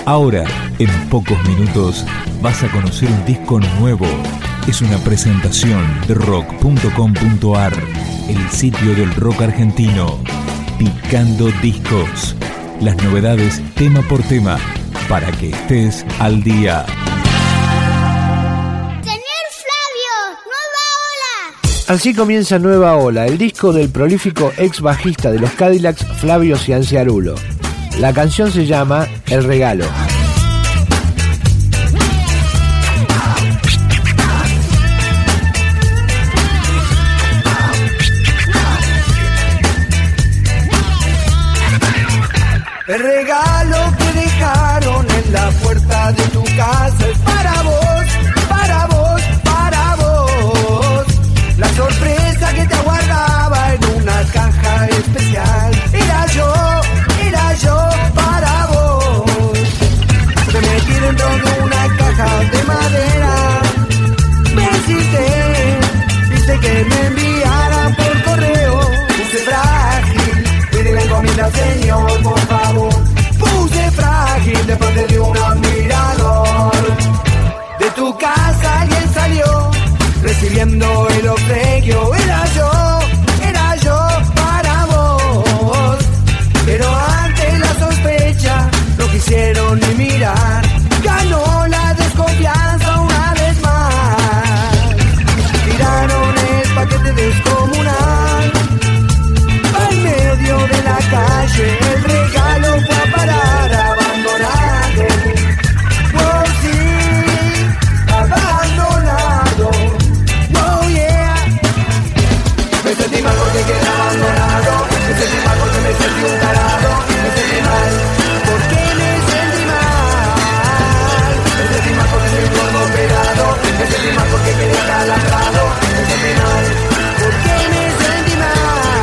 Ahora, en pocos minutos, vas a conocer un disco nuevo. Es una presentación de rock.com.ar, el sitio del rock argentino. Picando discos. Las novedades tema por tema, para que estés al día. Señor Flavio, Nueva Ola. Así comienza Nueva Ola, el disco del prolífico ex bajista de los Cadillacs, Flavio Cianciarulo. La canción se llama El Regalo. El regalo que dejaron en la puerta de tu casa es para vos, para vos, para vos. La sorpresa que te aguardaba en una caja especial era yo para vos. Me metí dentro de una caja de madera, me hice que me enviaran por correo. Puse frágil, pide la encomienda, señor, por favor. Puse frágil, después te di un admirador. De tu casa alguien salió, recibiendo el obsequio. Era yo para vos. Pero ante la sospecha, no quisieron ni mirar. Ganó la desconfianza una vez más. Tiraron el paquete descomunal al medio de la calle. El regalo fue a parar abandonado. Oh sí, abandonado. Oh yeah. Me sentí mal porque quedé abandonado. Me sentí mal porque me sentí un tarado. Me sentí mal porque me sentí mal. Me sentí mal porque estoy gordo operado. Me sentí mal porque quedé acalambrado. Me sentí mal porque me sentí mal.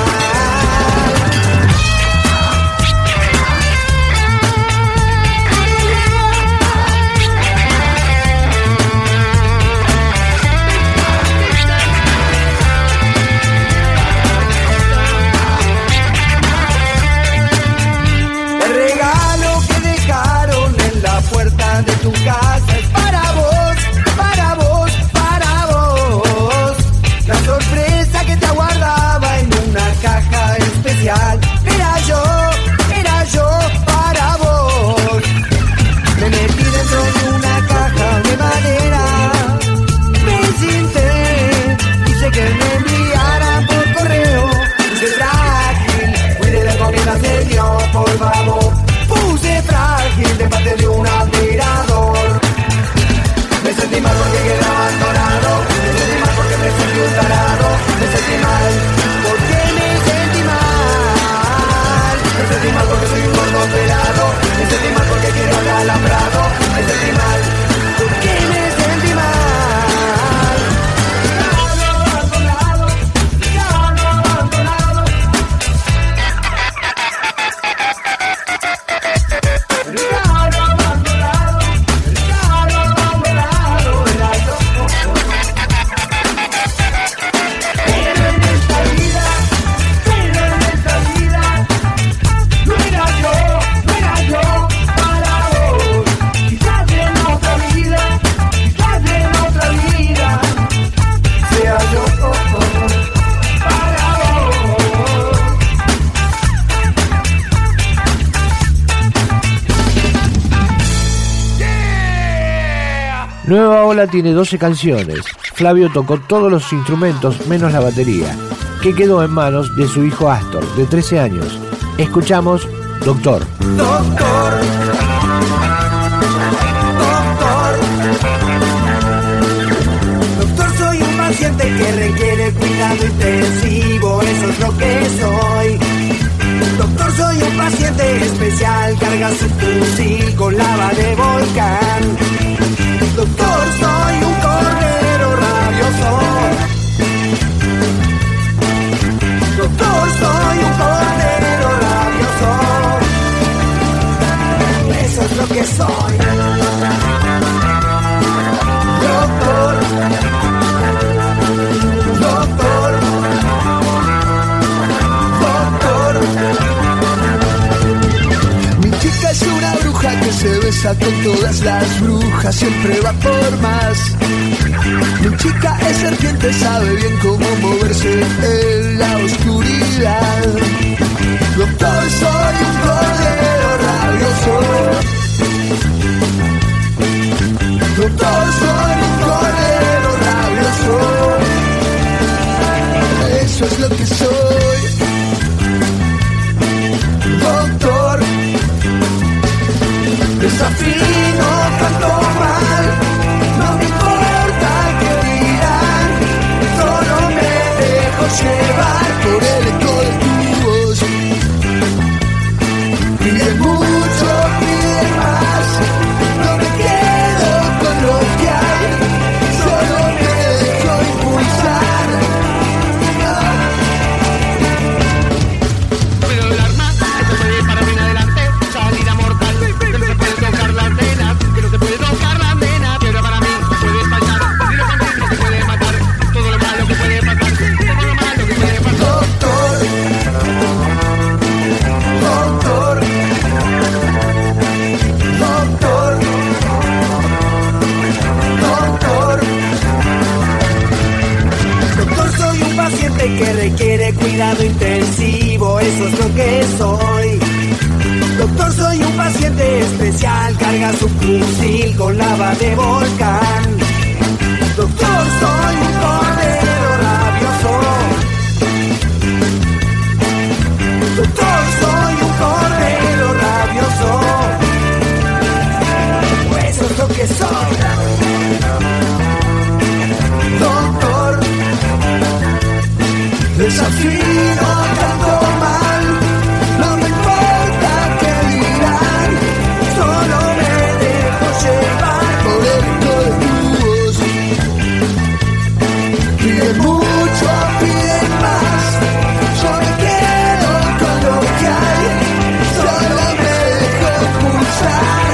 De tu casa es para vos, para vos, para vos. La sorpresa que te aguardaba en una caja especial era yo para vos. Me metí dentro de una caja de madera, me hice que me enviaran por correo. Puse frágil, cuide la comida, señor, por favor. Puse frágil de parte de un admirador. Me sentí mal porque quedé abandonado. Me sentí mal porque me sentí un tarado. Me sentí mal porque me sentí mal. Me sentí mal porque soy un gordo operado. Me sentí mal porque quiero acalambrado. Me sentí mal porque me sentí mal. Nueva Ola tiene 12 canciones. Flavio tocó todos los instrumentos menos la batería, que quedó en manos de su hijo Astor, de 13 años. Escuchamos Doctor. Doctor, soy un paciente que requiere cuidado intensivo, eso es lo que soy. Doctor, soy un paciente especial, carga su fusil con lava de volcán. Doctor, soy un cordero rabioso. Doctor, soy un cordero rabioso. Eso es lo que soy. Doctor, doctor, doctor. Mi chica una bruja que se besa con todas las brujas, siempre va por más. Mi chica es serpiente, sabe bien cómo moverse en la oscuridad. Doctor, soy un cordero rabioso. Doctor, soy un cordero rabioso. Eso es lo que soy. Doctor, desafino, canto mal, no me importa qué dirán, solo me dejo llevar por el eco de tu voz. Piden mucho, piden más, no me quedo con lo que hay, solo me dejo impulsar. Pero el arma que se puede para bien adelante, salida mortal, que no se puede tocar las venas, que no se puede tocar las venas, pero para mí puede estallar, y lo contigo que puede matar, todo lo malo que puede pasar, todo lo malo que puede pasar. Doctor, doctor, doctor, doctor. Doctor, soy un paciente que requiere cuidado intensivo, eso es lo que soy. Doctor, soy un paciente especial, carga su fusil con lava de volcán. Doctor, soy un cordero rabioso. Doctor, soy un cordero rabioso. Pues eso es lo que soy. Doctor, desafío, canto mal, no me importa qué dirán, solo me dejo llevar por el eco de tu voz. Piden mucho, piden más, yo me quedo con lo que hay, solo me dejo pulsar.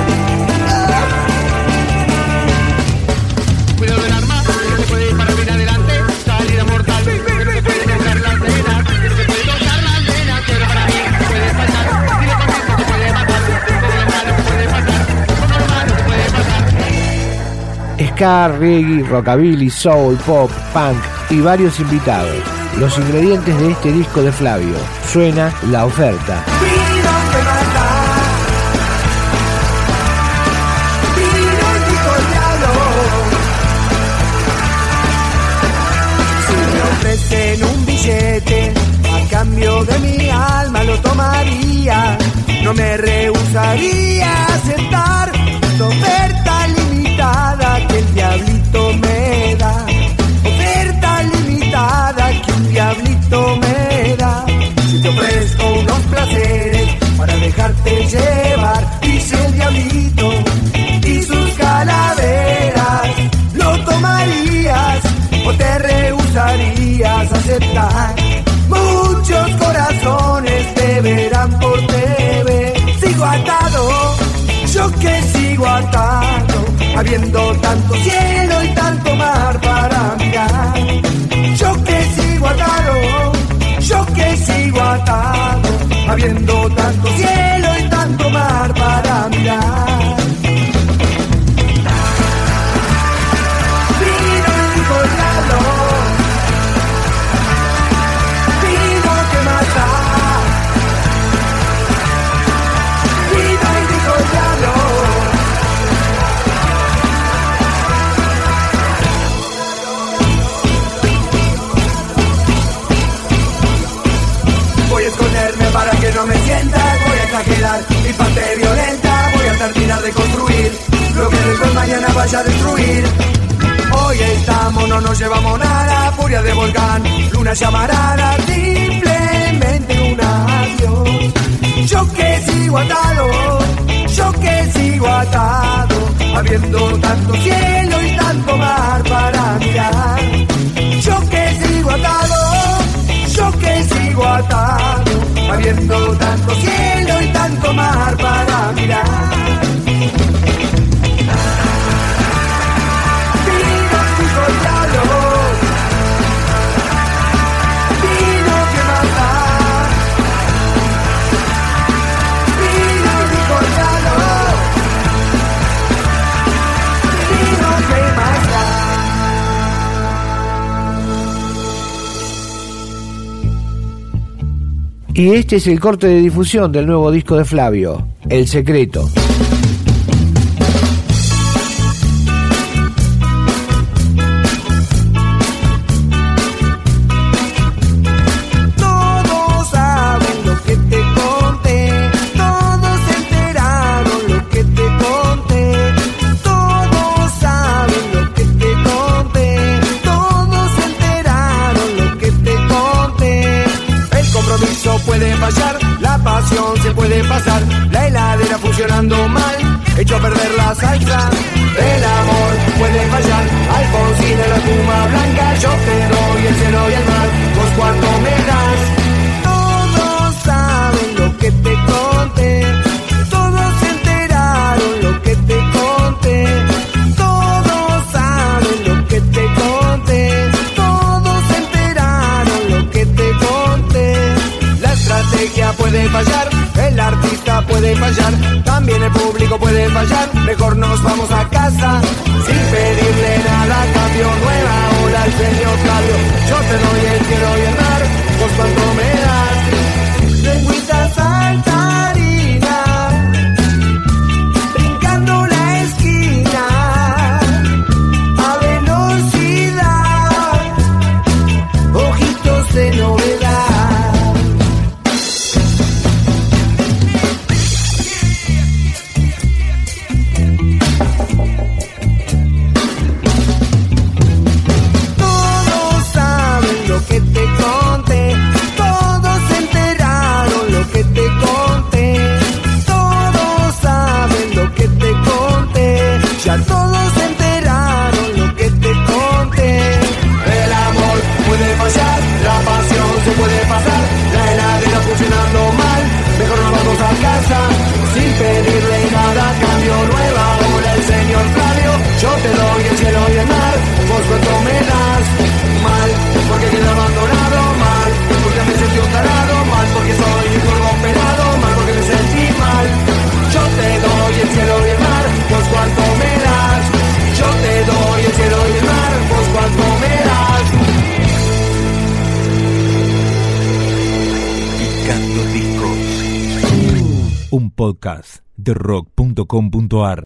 Cuidado del arma, que no se puede ir para bien adelante, salida mortal, que no se puede tocar las venas, que no se puede tocar las venas, pero para mí puede pasar, y lo contigo que puede matar, todo lo malo que puede pasar, todo lo malo que puede pasar. Ska, reggae, rockabilly, soul, pop, punk y varios invitados. Los ingredientes de este disco de Flavio. Suena La Oferta. Vino que mata, vino el pico del diablo. Si me ofrecen un billete a cambio de mi alma lo tomaría. No me rehusaría a aceptar la oferta limitada que el diablito me da. Oferta limitada que un diablito me da. Si te ofrezco unos placeres para dejarte llevar, dice el diablito, y sus calaveras, ¿lo tomarías o te rehusarías a aceptar? Muchos corazones te verán por TV. Sigo atado, yo que sigo atado, habiendo tanto cielo y tanto mar para mirar. Yo que sigo atado, yo que sigo atado, habiendo tanto cielo y tanto mar para mirar. Vino el hijo del diablo, vino que mata, vino el hijo del diablo. Voy a esconderme para que no me sientas, voy a exagerar mi parte violenta, voy a terminar de construir lo que después mañana vaya a destruir. Hoy estamos, no nos llevamos nada, furia de volcán, luna llamarada, simplemente un adiós. Yo que sigo atado, yo que sigo atado, habiendo tanto cielo y tanto mar para mirar. Yo que sigo atado, yo que sigo atado, habiendo tanto cielo y tanto mar para mirar. Vino el hijo del diablo, vino que mata, vino el hijo del Y este es el corte de difusión del nuevo disco de Flavio, El Secreto. Todos saben lo que te conté, todos se enteraron lo que te conté, todos saben lo que te conté, todos se enteraron lo que te conté. El compromiso puede fallar, la pasión se puede pasar, la heladera funcionando mal, hecho a perder la salsa. El amor puede fallar, Alfonsín en la espuma blanca, yo te doy el cielo y el mar, vos cuánto me das. Todos saben lo que te conté, todos se enteraron lo que te conté, todos saben lo que te conté, todos se enteraron lo que te conté. La estrategia puede fallar, el artista puede fallar, también el público puede fallar, mejor nos vamos a casa, sin pedirle nada a cambio. Nueva ola al señor Flavio, yo te doy el cielo y el mar, vos cuánto me das. Lengüita saltarina, brincando la esquina, a velocidad, ojitos de novedad. Ya todos se enteraron lo que te conté. El amor puede fallar, la pasión se puede pasar, la heladera funcionando mal, mejor nos vamos a casa, sin pedirle nada a cambio. Nueva ola el señor Flavio, yo te doy el cielo y el mar, vos cuánto me das. Mal, porque quedé abandonado, mal, porque me sentí un tarado, mal, porque soy un cuervo operado, mal, porque me sentí mal. Yo te doy el cielo y el mar, vos cuánto me das. Yo te doy el cielo y el mar, vos cuánto me das. Picando Discos. Un podcast de rock.com.ar.